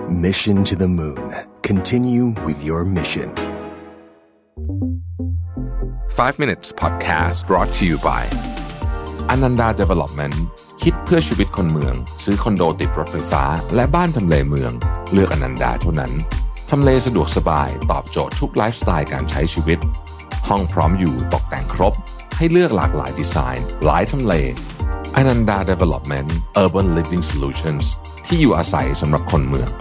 Mission to the Moon. Continue with your mission. 5 minutes podcast brought to you by Ananda Development คิดเพื่อชีวิตคนเมืองซื้อคอนโดติดรถไฟฟ้าและบ้านทำเลเมืองเลือกอนันดาเท่านั้นทำเลสะดวกสบายตอบโจทย์ทุกไลฟ์สไตล์การใช้ชีวิตห้องพร้อมอยู่ตกแต่งครบให้เลือกหลากหลายดีไซน์หลายทำเลอนันดา Development Urban Living Solutions ที่อยู่อาศัยสำหรับคนเมือง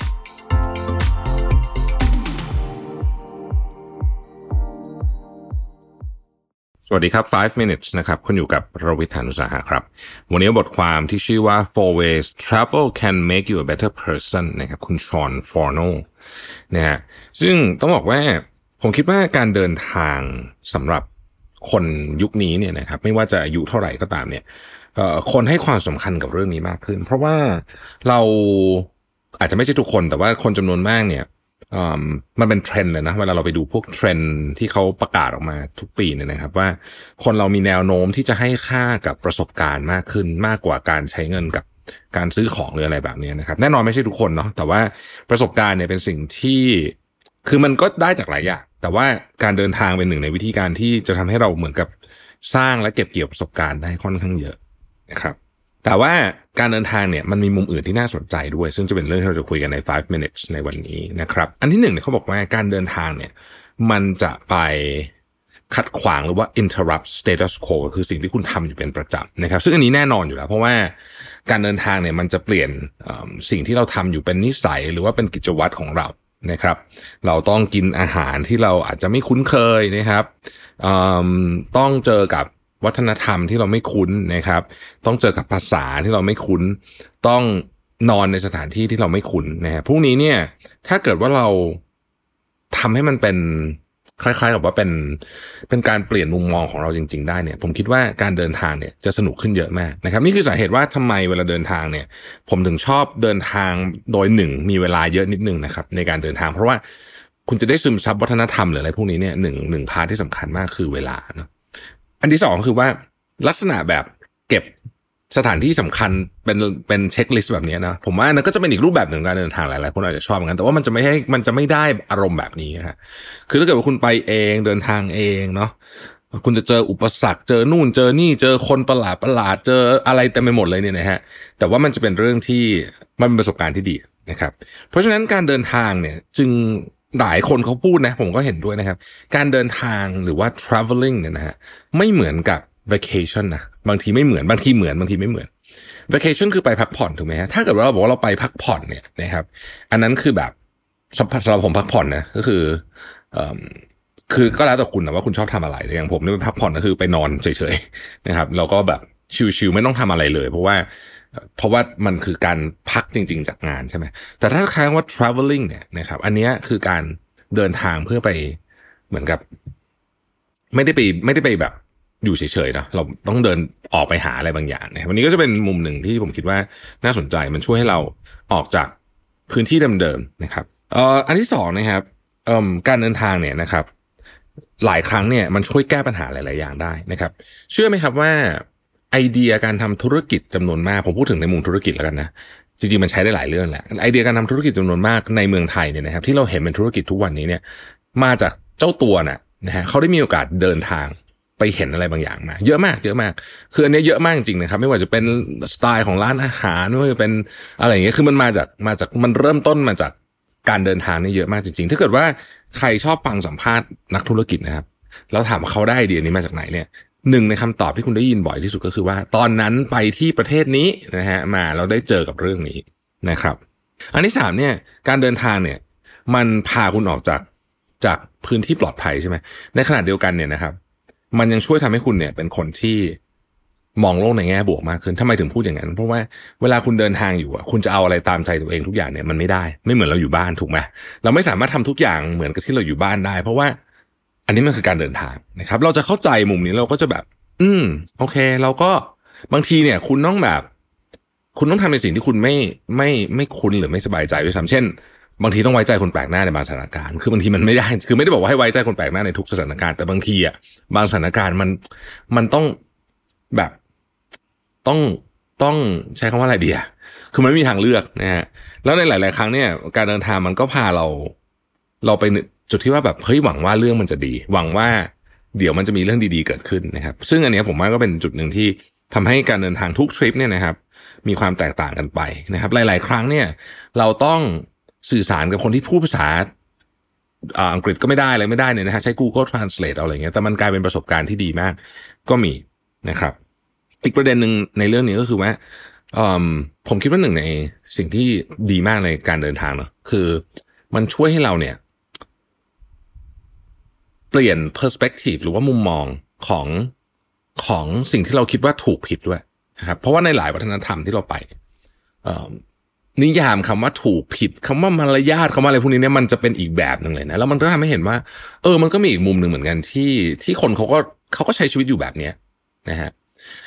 สวัสดีครับ5 minutes นะครับคุณอยู่กับรวิทย์ หาญอุตสาหะครับวันนี้บทความที่ชื่อว่า 4 ways travel can make you a better person นะครับคุณชอนฟอร์โนนะฮะซึ่งต้องบอกว่าผมคิดว่าการเดินทางสำหรับคนยุคนี้เนี่ยนะครับไม่ว่าจะอายุเท่าไหร่ก็ตามเนี่ยคนให้ความสำคัญกับเรื่องนี้มากขึ้นเพราะว่าเราอาจจะไม่ใช่ทุกคนแต่ว่าคนจำนวนมากเนี่ยมันเป็นเทรนด์เลยนะเวลาเราไปดูพวกเทรนด์ที่เขาประกาศออกมาทุกปีเนี่ยนะครับว่าคนเรามีแนวโน้มที่จะให้ค่ากับประสบการณ์มากขึ้นมากกว่าการใช้เงินกับการซื้อของหรืออะไรแบบนี้นะครับแน่นอนไม่ใช่ทุกคนเนาะแต่ว่าประสบการณ์เนี่ยเป็นสิ่งที่คือมันก็ได้จากหลายอย่างแต่ว่าการเดินทางเป็นหนึ่งในวิธีการที่จะทำให้เราเหมือนกับสร้างและเก็บเกี่ยวประสบการณ์ได้ค่อนข้างเยอะนะครับแต่ว่าการเดินทางเนี่ยมันมีมุมอื่นที่น่าสนใจด้วยซึ่งจะเป็นเรื่องที่เราจะคุยกันใน5 minutes ในวันนี้นะครับอันที่หนึ่งเนี่ยเขาบอกว่าการเดินทางเนี่ยมันจะไปขัดขวางหรือว่า interrupt status quo คือสิ่งที่คุณทำอยู่เป็นประจำนะครับซึ่งอันนี้แน่นอนอยู่แล้วเพราะว่าการเดินทางเนี่ยมันจะเปลี่ยนสิ่งที่เราทำอยู่เป็นนิสัยหรือว่าเป็นกิจวัตรของเรานะครับเราต้องกินอาหารที่เราอาจจะไม่คุ้นเคยนะครับต้องเจอกับวัฒนธรรมที่เราไม่คุ้นนะครับต้องเจอกับภาษาที่เราไม่คุ้นต้องนอนในสถานที่ที่เราไม่คุ้นนะครับพวกนี้เนี่ยถ้าเกิดว่าเราทำให้มันเป็นคล้ายๆกับว่าเป็นการเปลี่ยนมุมมองของเราจริงๆได้เนี่ยผมคิดว่าการเดินทางเนี่ยจะสนุกขึ้นเยอะมากนะครับนี่คือสาเหตุว่าทำไมเวลาเดินทางเนี่ยผมถึงชอบเดินทางโดยหนึ่งมีเวลาเยอะนิดนึงนะครับในการเดินทางเพราะว่าคุณจะได้ซึมซับวัฒนธรรมหรืออะไรพวกนี้เนี่ยหนึ่งพาร์ทที่สำคัญมากคือเวลาเนาะอันที่สองคือว่าลักษณะแบบเก็บสถานที่สำคัญเป็นเช็คลิสต์แบบนี้นะผมว่านั่นก็จะเป็นอีกรูปแบบหนึ่งการเดินทางหลายๆคนอาจจะชอบเหมือนกันแต่ว่ามันจะไม่ได้อารมณ์แบบนี้ฮะคือถ้าเกิดว่าคุณไปเองเดินทางเองเนาะคุณจะเจออุปสรรคเจอนู่นเจอนี่เจอคนประหลาดเจออะไรเต็มไปหมดเลยเนี่ยนะฮะแต่ว่ามันจะเป็นเรื่องที่มันเป็นประสบการณ์ที่ดีนะครับเพราะฉะนั้นการเดินทางเนี่ยจึงหลายคนเขาพูดนะผมก็เห็นด้วยนะครับการเดินทางหรือว่า traveling เนี่ยนะฮะไม่เหมือนกับ vacation นะบางทีไม่เหมือนบางทีเหมือนบางทีไม่เหมือน vacation คือไปพักผ่อนถูกไหมฮะถ้าเกิดว่าเราบอกว่าเราไปพักผ่อนเนี่ยนะครับอันนั้นคือแบบสำหรับผมพักผ่อนนะก็คือก็แล้วแต่คุณนะว่าคุณชอบทำอะไรอย่างผมเนี่ยไปพักผ่อนก็คือไปนอนเฉยๆนะครับเราก็แบบชิลๆไม่ต้องทำอะไรเลยเพราะว่ามันคือการพักจริงๆจากงานใช่ไหมแต่ถ้าคล้ายว่า traveling เนี่ยนะครับอันนี้คือการเดินทางเพื่อไปเหมือนกับไม่ได้ไปแบบอยู่เฉยๆนะเราต้องเดินออกไปหาอะไรบางอย่างนะครับวันนี้ก็จะเป็นมุมหนึ่งที่ผมคิดว่าน่าสนใจมันช่วยให้เราออกจากพื้นที่เดิมๆนะครับอันที่สองนะครับการเดินทางเนี่ยนะครับหลายครั้งเนี่ยมันช่วยแก้ปัญหาหลายๆอย่างได้นะครับเชื่อไหมครับว่าไอเดียการทำธุรกิจจำนวนมากผมพูดถึงในมุมธุรกิจแล้วกันนะจริงๆมันใช้ได้หลายเรื่องแหละไอเดียการทำธุรกิจจำนวนมากในเมืองไทยเนี่ยนะครับที่เราเห็นเป็นธุรกิจทุกวันนี้เนี่ยมาจากเจ้าตัวนะฮะเขาได้มีโอกาสเดินทางไปเห็นอะไรบางอย่างมาเยอะมากคืออันนี้เยอะมากจริงๆนะครับไม่ว่าจะเป็นสไตล์ของร้านอาหารไม่ว่าจะเป็นอะไรอย่างเงี้ยคือมันมาจากมันเริ่มต้นมาจากการเดินทางนี่เยอะมากจริงๆถ้าเกิดว่าใครชอบฟังสัมภาษณ์นักธุรกิจนะครับแล้วถามว่าเขาได้ไอเดียนี้มาจากไหนเนี่ยหนึ่งในคำตอบที่คุณได้ยินบ่อยที่สุดก็คือว่าตอนนั้นไปที่ประเทศนี้นะฮะมาเราได้เจอกับเรื่องนี้นะครับอันที่สามเนี่ยการเดินทางเนี่ยมันพาคุณออกจากพื้นที่ปลอดภัยใช่ไหมในขณะเดียวกันเนี่ยนะครับมันยังช่วยทำให้คุณเนี่ยเป็นคนที่มองโลกในแง่บวกมากขึ้นทำไมถึงพูดอย่างนั้นเพราะว่าเวลาคุณเดินทางอยู่คุณจะเอาอะไรตามใจตัวเองทุกอย่างเนี่ยมันไม่ได้ไม่เหมือนเราอยู่บ้านถูกไหมเราไม่สามารถทำทุกอย่างเหมือนกับที่เราอยู่บ้านได้เพราะว่าอันนี้มันคือการเดินทางนะครับเราจะเข้าใจมุมนี้เราก็จะแบบโอเคเราก็บางทีเนี่ยคุณต้องทำในสิ่งที่คุณไม่คุ้นหรือไม่สบายใจด้วยซ้ำเช่นบางทีต้องไว้ใจคนแปลกหน้าในบางสถานการณ์คือบางทีมันไม่ได้คือไม่ได้บอกว่าให้ไว้ใจคนแปลกหน้าในทุกสถานการณ์แต่บางทีบางสถานการณ์มันต้องแบบต้องต้องใช้คำว่าอะไรดีคือมันไม่มีทางเลือกนะฮะแล้วในหลายๆครั้งเนี่ยการเดินทางมันก็พาเราไปจุดที่ว่าแบบเฮ้ยหวังว่าเรื่องมันจะดีหวังว่าเดี๋ยวมันจะมีเรื่องดีๆเกิดขึ้นนะครับซึ่งอันนี้ผมว่าก็เป็นจุดหนึ่งที่ทำให้การเดินทางทุกทริปเนี่ยนะครับมีความแตกต่างกันไปนะครับหลายๆครั้งเนี่ยเราต้องสื่อสารกับคนที่พูดภาษาอังกฤษก็ไม่ได้อะไรไม่ได้เนี่ยนะฮะใช้ Google Translate เอาอะไรเงี้ยแต่มันกลายเป็นประสบการณ์ที่ดีมากก็มีนะครับอีกประเด็นหนึ่งในเรื่องนี้ก็คือว่าผมคิดว่าหนึ่งในสิ่งที่ดีมากในการเดินทางเนาะคือมันช่วยให้เราเนี่ยเปลี่ยน perspective หรือว่ามุมมองของสิ่งที่เราคิดว่าถูกผิดด้วยนะครับเพราะว่าในหลายวัฒนธรรมที่เราไปนิยามคำว่าถูกผิดคำว่ามารยาทคำว่าอะไรพวกนี้เนี่ยมันจะเป็นอีกแบบหนึ่งเลยนะแล้วมันก็ทำให้เห็นว่ามันก็มีอีกมุมหนึ่งเหมือนกันที่คนเขาก็ใช้ชีวิตอยู่แบบนี้นะฮะ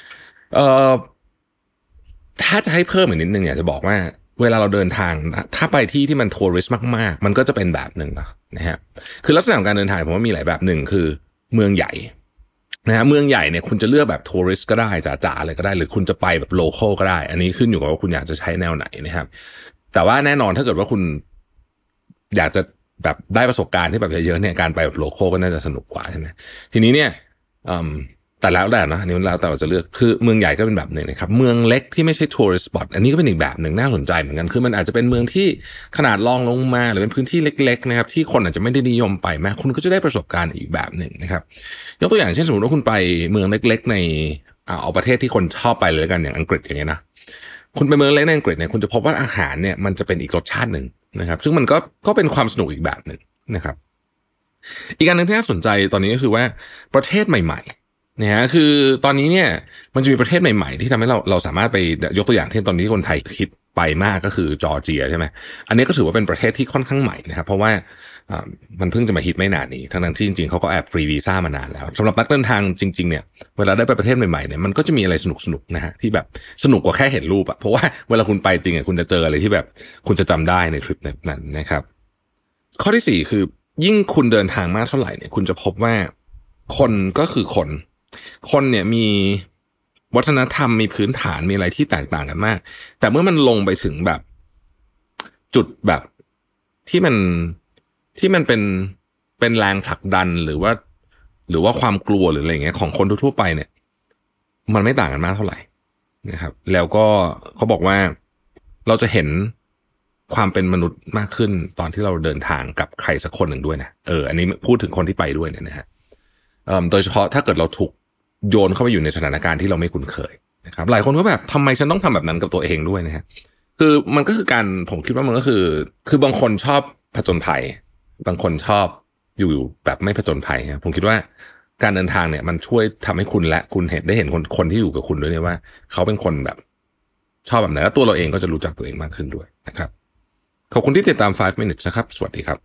ถ้าจะให้เพิ่มอีกนิดนึงอยากจะบอกว่าเวลาเราเดินทางถ้าไปที่มันทัวริสต์มากๆมันก็จะเป็นแบบหนึ่งนะฮะคือลักษณะของการเดินทางผมว่ามีหลายแบบหนึ่งคือเมืองใหญ่นะฮะเมืองใหญ่เนี่ยคุณจะเลือกแบบทัวริสต์ก็ได้จ๋าๆอะไรก็ได้หรือคุณจะไปแบบโลคอลก็ได้อันนี้ขึ้นอยู่กับว่าคุณอยากจะใช้แนวไหนนะครับแต่ว่าแน่นอนถ้าเกิดว่าคุณอยากจะแบบได้ประสบการณ์ที่แบบเยอะๆเนี่ยการไปแบบโลคอลก็น่าจะสนุกกว่าใช่ไหมทีนี้เนี่ยแต่แล้วแต่นะอันนี้แล้วแต่เราจะเลือกคือเมืองใหญ่ก็เป็นแบบหนึ่งนะครับเมืองเล็กที่ไม่ใช่ทัวริสต์สปอตอันนี้ก็เป็นอีกแบบหนึ่งน่าสนใจเหมือนกันคือมันอาจจะเป็นเมืองที่ขนาดรองลงมาหรือเป็นพื้นที่เล็กๆนะครับที่คนอาจจะไม่ได้นิยมไปมากคุณก็จะได้ประสบการณ์อีกแบบหนึ่งนะครับยกตัวอย่างเช่นสมมติว่าคุณไปเมืองเล็กๆในเอาประเทศที่คนชอบไปเลยกันอย่างอังกฤษอย่างเงี้ยนะคุณไปเมืองเล็กในอังกฤษเนี่ยคุณจะพบว่าอาหารเนี่ยมันจะเป็นอีกรสชาติหนึ่งนะครับซึ่งมันก็เป็นความสนุกอีกแบบหนึ่งนะครับอีกอันนึงที่น่าสนใจตอนนี้ก็คือว่าประเทศใหม่ๆนะฮะคือตอนนี้เนี่ยมันจะมีประเทศใหม่ๆที่ทำให้เราสามารถไปยกตัวอย่างที่ตอนนี้คนไทยคิดไปมากก็คือจอร์เจียใช่ไหมอันนี้ก็ถือว่าเป็นประเทศที่ค่อนข้างใหม่นะครับเพราะว่ามันเพิ่งจะมาฮิตไม่นานนี้ทั้งที่จริงๆเขาก็แอบฟรีวีซ่ามานานแล้วสำหรับนักเดินทางจริงๆเนี่ยเวลาได้ไปประเทศใหม่ๆเนี่ยมันก็จะมีอะไรสนุกๆนะฮะที่แบบสนุกกว่าแค่เห็นรูปเพราะว่าเวลาคุณไปจริงคุณจะเจออะไรที่แบบคุณจะจำได้ในทริปนั้นนะครับข้อที่4คือยิ่งคุณเดินทางมากเท่าไหร่เนี่ยคุณจะพบว่าคนก็คือคนเนี่ยมีวัฒนธรรมมีพื้นฐานมีอะไรที่แตกต่างกันมากแต่เมื่อมันลงไปถึงแบบจุดแบบที่มันเป็นแรงผลักดันหรือว่าความกลัวหรืออะไรอย่างเงี้ยของคนทั่วไปเนี่ยมันไม่ต่างกันมากเท่าไหร่นะครับแล้วก็เขาบอกว่าเราจะเห็นความเป็นมนุษย์มากขึ้นตอนที่เราเดินทางกับใครสักคนหนึ่งด้วยนะอันนี้พูดถึงคนที่ไปด้วยเนี่ยนะฮะโดยเฉพาะถ้าเกิดเราถูกโยนเข้าไปอยู่ในสถานการณ์ที่เราไม่คุ้นเคยนะครับหลายคนก็แบบทำไมฉันต้องทำแบบนั้นกับตัวเองด้วยนะฮะคือมันก็คือการผมคิดว่ามันก็คือบางคนชอบผจญภัยบางคนชอบอยู่แบบไม่ผจญภัยนะผมคิดว่าการเดินทางเนี่ยมันช่วยทำให้คุณและคุณได้เห็นคนที่อยู่กับคุณด้วยเนี่ยว่าเขาเป็นคนแบบชอบแบบไหนแล้วตัวเราเองก็จะรู้จักตัวเองมากขึ้นด้วยนะครับขอบคุณที่ติดตาม5 minutes นะครับสวัสดีครับ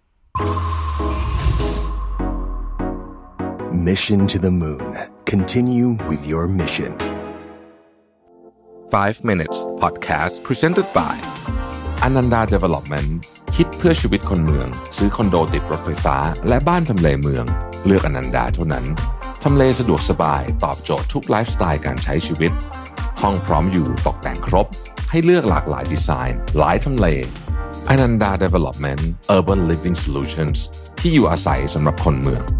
Mission to the Moon. Continue with your mission. 5 minutes podcast presented by Ananda Development คิดเพื่อชีวิตคนเมืองซื้อคอนโดติดรถไฟฟ้าและบ้านทำเลเมืองเลือก Ananda เท่านั้นทำเลสะดวกสบายตอบโจทย์ทุกไลฟ์สไตล์การใช้ชีวิตห้องพร้อมอยู่ตกแต่งครบให้เลือกหลากหลายดีไซน์หลายทำเลAnanda Development Urban Living Solutions ที่อยู่อาศัยสำหรับคนเมือง